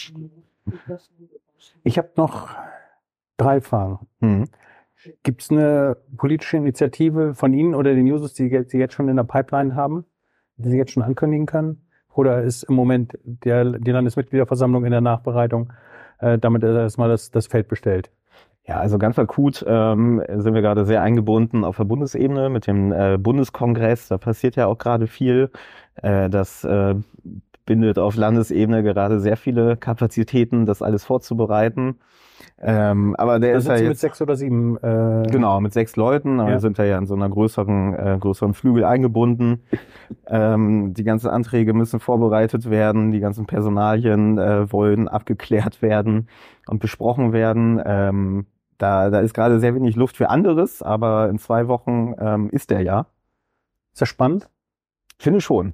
S2: Ich habe noch drei Fragen.
S3: Hm.
S2: Gibt es eine politische Initiative von Ihnen oder den Jusos, die Sie jetzt schon in der Pipeline haben, die Sie jetzt schon ankündigen können? Oder ist im Moment der, die Landesmitgliederversammlung in der Nachbereitung äh, damit erstmal das, das Feld bestellt?
S3: Ja, also ganz akut ähm, sind wir gerade sehr eingebunden auf der Bundesebene mit dem äh, Bundeskongress. Da passiert ja auch gerade viel. Äh, das äh, bindet auf Landesebene gerade sehr viele Kapazitäten, das alles vorzubereiten. Ähm, aber der
S2: Da
S3: ist
S2: sind
S3: ja
S2: Sie
S3: jetzt
S2: mit sechs oder sieben. Äh,
S3: genau mit sechs Leuten, aber
S2: Ja.
S3: wir sind da ja in so einer größeren äh, größeren Flügel eingebunden. Ähm, die ganzen Anträge müssen vorbereitet werden, die ganzen Personalien äh, wollen abgeklärt werden und besprochen werden. Ähm, da da ist gerade sehr wenig Luft für anderes, aber in zwei Wochen ähm, ist der ja.
S2: Ist das spannend?
S3: Finde schon.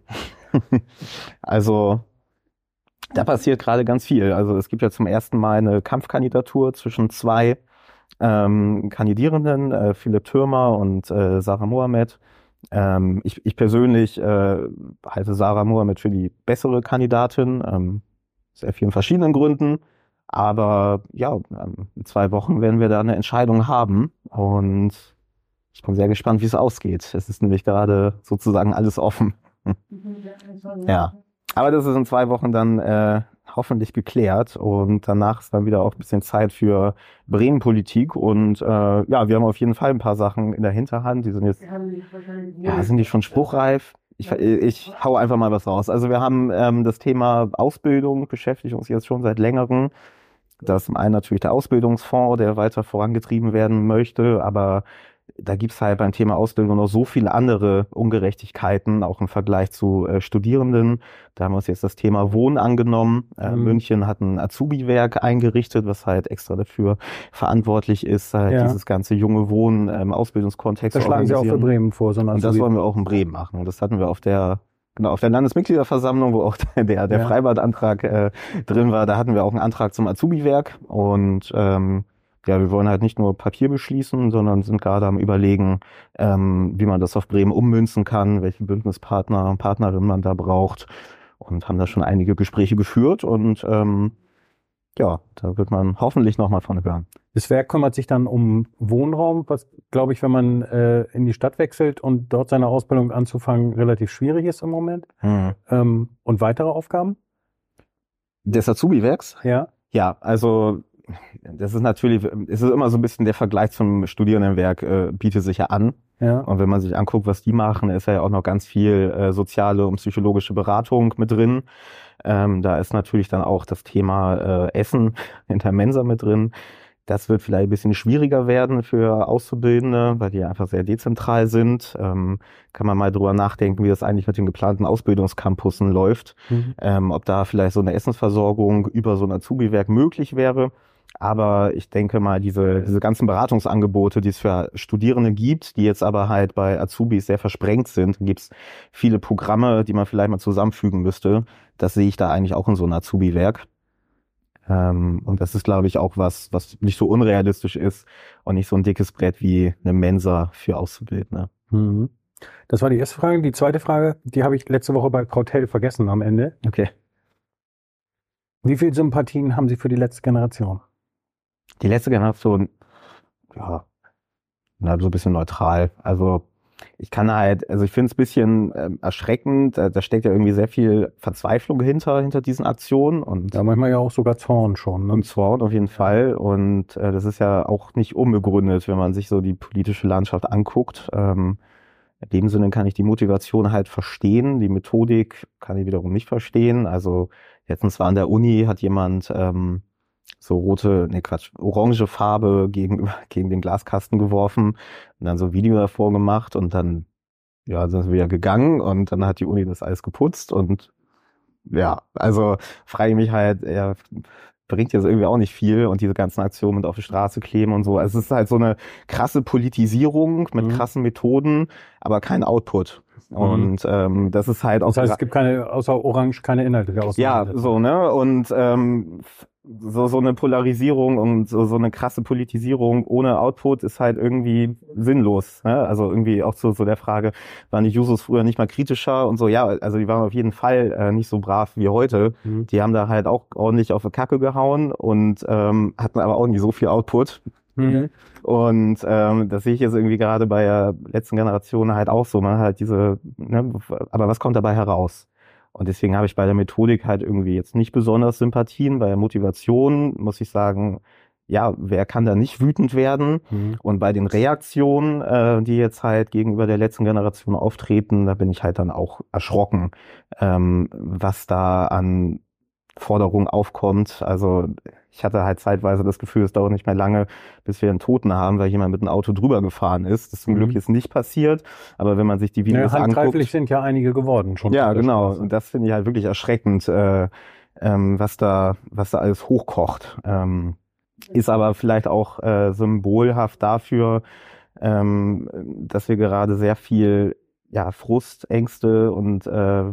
S3: Also da passiert gerade ganz viel. Also es gibt ja zum ersten Mal eine Kampfkandidatur zwischen zwei ähm, Kandidierenden, äh, Philipp Türmer und äh, Sarah Mohammed. Ähm, ich, ich persönlich äh, halte Sarah Mohammed für die bessere Kandidatin, ähm, sehr vielen verschiedenen Gründen. Aber ja, ähm, in zwei Wochen werden wir da eine Entscheidung haben und ich bin sehr gespannt, wie es ausgeht. Es ist nämlich gerade sozusagen alles offen. Ja. Aber das ist in zwei Wochen dann äh, hoffentlich geklärt und danach ist dann wieder auch ein bisschen Zeit für Bremen-Politik und äh, ja, wir haben auf jeden Fall ein paar Sachen in der Hinterhand, die sind jetzt, ja, sind die schon spruchreif? Ich, ich hau einfach mal was raus. Also wir haben ähm, das Thema Ausbildung, beschäftigt uns jetzt schon seit längerem. Das ist zum einen natürlich der Ausbildungsfonds, der weiter vorangetrieben werden möchte, aber da gibt's halt beim Thema Ausbildung noch so viele andere Ungerechtigkeiten, auch im Vergleich zu äh, Studierenden. Da haben wir uns jetzt das Thema Wohnen angenommen. Äh,
S2: Mhm.
S3: München hat ein Azubi-Werk eingerichtet, was halt extra dafür verantwortlich ist, halt
S2: Ja.
S3: dieses ganze junge Wohnen im Ausbildungskontext
S2: Das
S3: zu
S2: schlagen Sie auch für
S3: organisieren.
S2: Bremen vor, so eine
S3: Und das
S2: Azubi-
S3: wollen wir auch in Bremen machen. Und das hatten wir auf der Genau, auf der Landesmitgliederversammlung, wo auch der, der
S2: Ja.
S3: Freibad-Antrag äh, drin war, da hatten wir auch einen Antrag zum Azubi-Werk. Und ähm, ja, wir wollen halt nicht nur Papier beschließen, sondern sind gerade am Überlegen, ähm, wie man das auf Bremen ummünzen kann, welche Bündnispartner und Partnerinnen man da braucht. Und haben da schon einige Gespräche geführt. Und ähm, ja, da wird man hoffentlich nochmal von hören.
S2: Das Werk kümmert sich dann um Wohnraum, was, glaube ich, wenn man äh, in die Stadt wechselt und dort seine Ausbildung anzufangen, relativ schwierig ist im Moment.
S3: Hm.
S2: Ähm, und weitere Aufgaben?
S3: Des Azubi-Werks?
S2: Ja.
S3: Ja, also das ist natürlich, es ist immer so ein bisschen der Vergleich zum Studierendenwerk, äh, bietet sich ja an.
S2: Ja.
S3: Und wenn man sich anguckt, was die machen, ist ja auch noch ganz viel äh, soziale und psychologische Beratung mit drin. Ähm, da ist natürlich dann auch das Thema äh, Essen in der Mensa mit drin. Das wird vielleicht ein bisschen schwieriger werden für Auszubildende, weil die einfach sehr dezentral sind. Ähm, kann man mal drüber nachdenken, wie das eigentlich mit den geplanten Ausbildungscampussen läuft.
S2: Mhm.
S3: Ähm, ob da vielleicht so eine Essensversorgung über so ein Azubi-Werk möglich wäre. Aber ich denke mal, diese, diese ganzen Beratungsangebote, die es für Studierende gibt, die jetzt aber halt bei Azubis sehr versprengt sind, gibt es viele Programme, die man vielleicht mal zusammenfügen müsste. Das sehe ich da eigentlich auch in so einem Azubi-Werk. Ähm, und das ist, glaube ich, auch was, was nicht so unrealistisch ist und nicht so ein dickes Brett wie eine Mensa für Auszubildende.
S2: Mhm. Das war die erste Frage. Die zweite Frage, die habe ich letzte Woche bei Krauthell vergessen am Ende.
S3: Okay.
S2: Wie viel Sympathien haben Sie für die letzte Generation?
S3: Die letzte Generation, ja, na, so ein bisschen neutral. Also ich kann halt, also ich finde es ein bisschen ähm, erschreckend. Da, da steckt ja irgendwie sehr viel Verzweiflung hinter, hinter diesen Aktionen und
S2: Ja, manchmal ja auch sogar Zorn schon. Ne?
S3: Und Zorn auf jeden Fall. Und äh, das ist ja auch nicht unbegründet, wenn man sich so die politische Landschaft anguckt. Ähm, in dem Sinne kann ich die Motivation halt verstehen. Die Methodik kann ich wiederum nicht verstehen. Also letztens war an der Uni, hat jemand ähm, so rote, nee Quatsch, orange Farbe gegen, gegen den Glaskasten geworfen und dann so ein Video davor gemacht und dann, ja, sind wir wieder gegangen und dann hat die Uni das alles geputzt und ja, also frage ich mich halt, ja, bringt jetzt irgendwie auch nicht viel und diese ganzen Aktionen mit auf die Straße kleben und so. Also es ist halt so eine krasse Politisierung mit
S2: Mhm.
S3: krassen Methoden, aber kein Output. Und ähm, das ist halt auch...
S2: Das heißt, es gibt keine, außer Orange, keine Inhalte der
S3: Ja, so, ne? Und ähm, so so eine Polarisierung und so so eine krasse Politisierung ohne Output ist halt irgendwie sinnlos. Ne? Also irgendwie auch zu so der Frage, waren die Jusos früher nicht mal kritischer und so? Ja, also die waren auf jeden Fall äh, nicht so brav wie heute. Mhm. Die haben da halt auch ordentlich auf die Kacke gehauen und ähm, hatten aber auch nicht so viel Output. Mhm. Und ähm, das sehe ich jetzt irgendwie gerade bei der letzten Generation halt auch so. Man hat halt diese, ne, aber was kommt dabei heraus? Und deswegen habe ich bei der Methodik halt irgendwie jetzt nicht besonders Sympathien. Bei der Motivation muss ich sagen, ja, wer kann da nicht wütend werden? Mhm. Und bei den Reaktionen, äh, die jetzt halt gegenüber der letzten Generation auftreten, da bin ich halt dann auch erschrocken, ähm, was da an Forderung aufkommt. Also ich hatte halt zeitweise das Gefühl, es dauert nicht mehr lange, bis wir einen Toten haben, weil jemand mit einem Auto drüber gefahren ist. Das ist zum mhm. Glück jetzt nicht passiert, aber wenn man sich die Videos
S2: ja,
S3: anguckt...
S2: handgreiflich sind ja einige geworden schon.
S3: Ja, genau. Und das finde ich halt wirklich erschreckend, äh, ähm, was da was da alles hochkocht. Ähm, ist aber vielleicht auch äh, symbolhaft dafür, ähm, dass wir gerade sehr viel ja, Frust, Ängste und äh,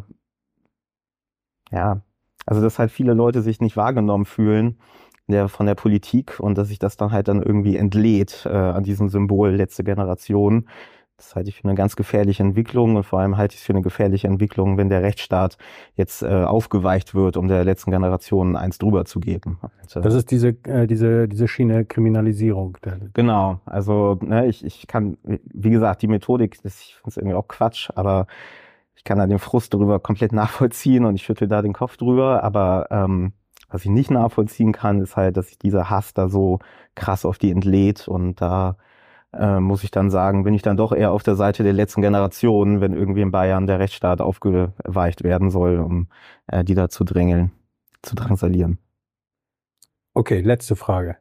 S3: ja, also dass halt viele Leute sich nicht wahrgenommen fühlen der, von der Politik und dass sich das dann halt dann irgendwie entlädt äh, an diesem Symbol letzte Generation. Das halte ich für eine ganz gefährliche Entwicklung und vor allem halte ich es für eine gefährliche Entwicklung, wenn der Rechtsstaat jetzt äh, aufgeweicht wird, um der letzten Generation eins drüber zu geben.
S2: Also, das ist diese äh, diese diese Schiene Kriminalisierung.
S3: Genau, also ne, ich ich kann, wie gesagt, die Methodik, das, ich finde es irgendwie auch Quatsch, aber ich kann da den Frust darüber komplett nachvollziehen und ich schüttel da den Kopf drüber, aber ähm, was ich nicht nachvollziehen kann, ist halt, dass sich dieser Hass da so krass auf die entlädt und da äh, muss ich dann sagen, bin ich dann doch eher auf der Seite der letzten Generation, wenn irgendwie in Bayern der Rechtsstaat aufgeweicht werden soll, um äh, die da zu drängeln, zu drangsalieren.
S2: Okay, letzte Frage.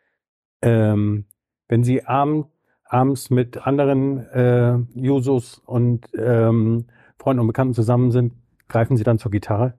S2: Ähm, wenn Sie abend, abends mit anderen äh, Jusos und ähm, Freunden und Bekannten zusammen sind, greifen Sie dann zur Gitarre?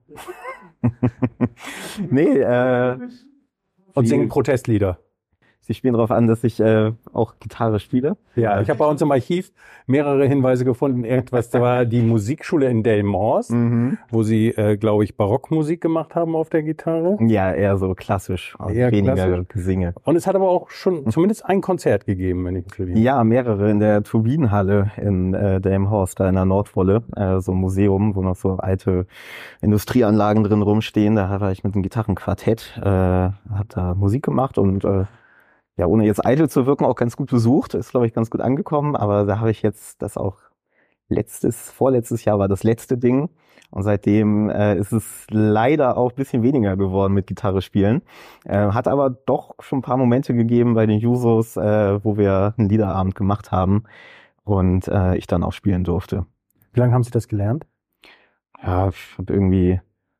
S3: nee, äh...
S2: Und singen Protestlieder?
S3: Sie spielen darauf an, dass ich äh, auch Gitarre spiele.
S2: Ja, ich habe bei uns im Archiv mehrere Hinweise gefunden. Irgendwas, da war die Musikschule in Delmhorst, mhm. wo Sie, äh, glaube ich, Barockmusik gemacht haben auf der Gitarre.
S3: Ja, eher so klassisch,
S2: eher
S3: weniger
S2: klassisch.
S3: Gesinge.
S2: Und es hat aber auch schon zumindest ein Konzert gegeben, wenn ich mich erinnere.
S3: Ja, mehrere in der Turbinenhalle in äh, Delmhorst, da in der Nordwolle, äh, so ein Museum, wo noch so alte Industrieanlagen drin rumstehen. Da war ich mit einem Gitarrenquartett, äh, hab da Musik gemacht und äh, ja, ohne jetzt eitel zu wirken, auch ganz gut besucht. Ist, glaube ich, ganz gut angekommen. Aber da habe ich jetzt das auch letztes, vorletztes Jahr war das letzte Ding. Und seitdem äh, ist es leider auch ein bisschen weniger geworden mit Gitarre spielen. Äh, hat aber doch schon ein paar Momente gegeben bei den Jusos, äh, wo wir einen Liederabend gemacht haben und äh, ich dann auch spielen durfte.
S2: Wie lange haben Sie das gelernt?
S3: Ja, ich habe irgendwie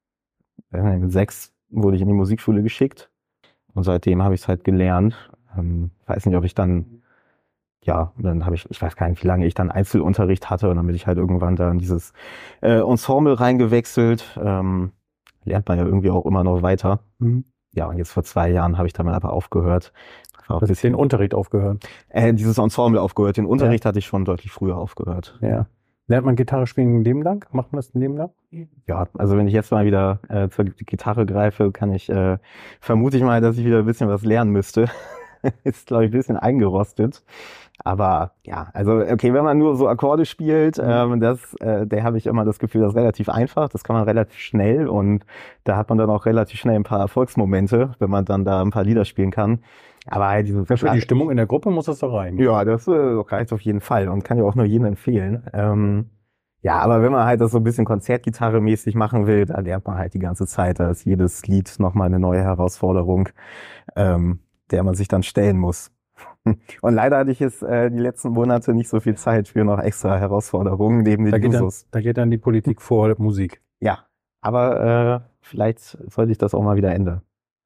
S3: äh, mit sechs wurde ich in die Musikschule geschickt. Und seitdem habe ich es halt gelernt. Ähm, weiß nicht, ob ich dann, ja, dann habe ich, ich weiß gar nicht, wie lange ich dann Einzelunterricht hatte und dann bin ich halt irgendwann da in dieses äh, Ensemble reingewechselt. Ähm, lernt man ja irgendwie auch immer noch weiter. Mhm. Ja, und jetzt vor zwei Jahren habe ich damit aber aufgehört.
S2: War auch ein bisschen den Unterricht aufgehört?
S3: Äh, dieses Ensemble aufgehört. Den Unterricht ja. hatte ich schon deutlich früher aufgehört.
S2: Ja. Lernt man Gitarre spielen ein Leben lang? Macht man das ein Leben lang?
S3: Ja, also wenn ich jetzt mal wieder äh, zur Gitarre greife, kann ich, äh, vermute ich mal, dass ich wieder ein bisschen was lernen müsste. Ist, glaube ich, ein bisschen eingerostet. Aber ja, also okay, wenn man nur so Akkorde spielt, ähm, das, äh, der habe ich immer das Gefühl, das ist relativ einfach, das kann man relativ schnell und da hat man dann auch relativ schnell ein paar Erfolgsmomente, wenn man dann da ein paar Lieder spielen kann. Aber halt diese
S2: für die Stimmung in der Gruppe muss das doch rein.
S3: Ja, das äh, reicht auf jeden Fall und kann ja auch nur jedem empfehlen. Ähm, ja, aber wenn man halt das so ein bisschen Konzertgitarre-mäßig machen will, da lernt man halt die ganze Zeit, da ist jedes Lied nochmal eine neue Herausforderung, ähm, der man sich dann stellen muss. Und leider hatte ich jetzt äh, die letzten Monate nicht so viel Zeit für noch extra Herausforderungen neben den Jusos.
S2: Da geht dann die Politik vor Musik.
S3: Ja, aber äh, vielleicht sollte ich das auch mal wieder ändern.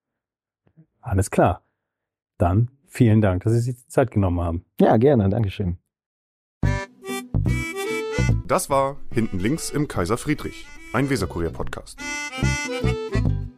S2: Alles klar. Dann vielen Dank, dass Sie sich die Zeit genommen haben.
S3: Ja, gerne. Dankeschön.
S1: Das war Hinten links im Kaiser Friedrich, ein Weserkurier-Podcast.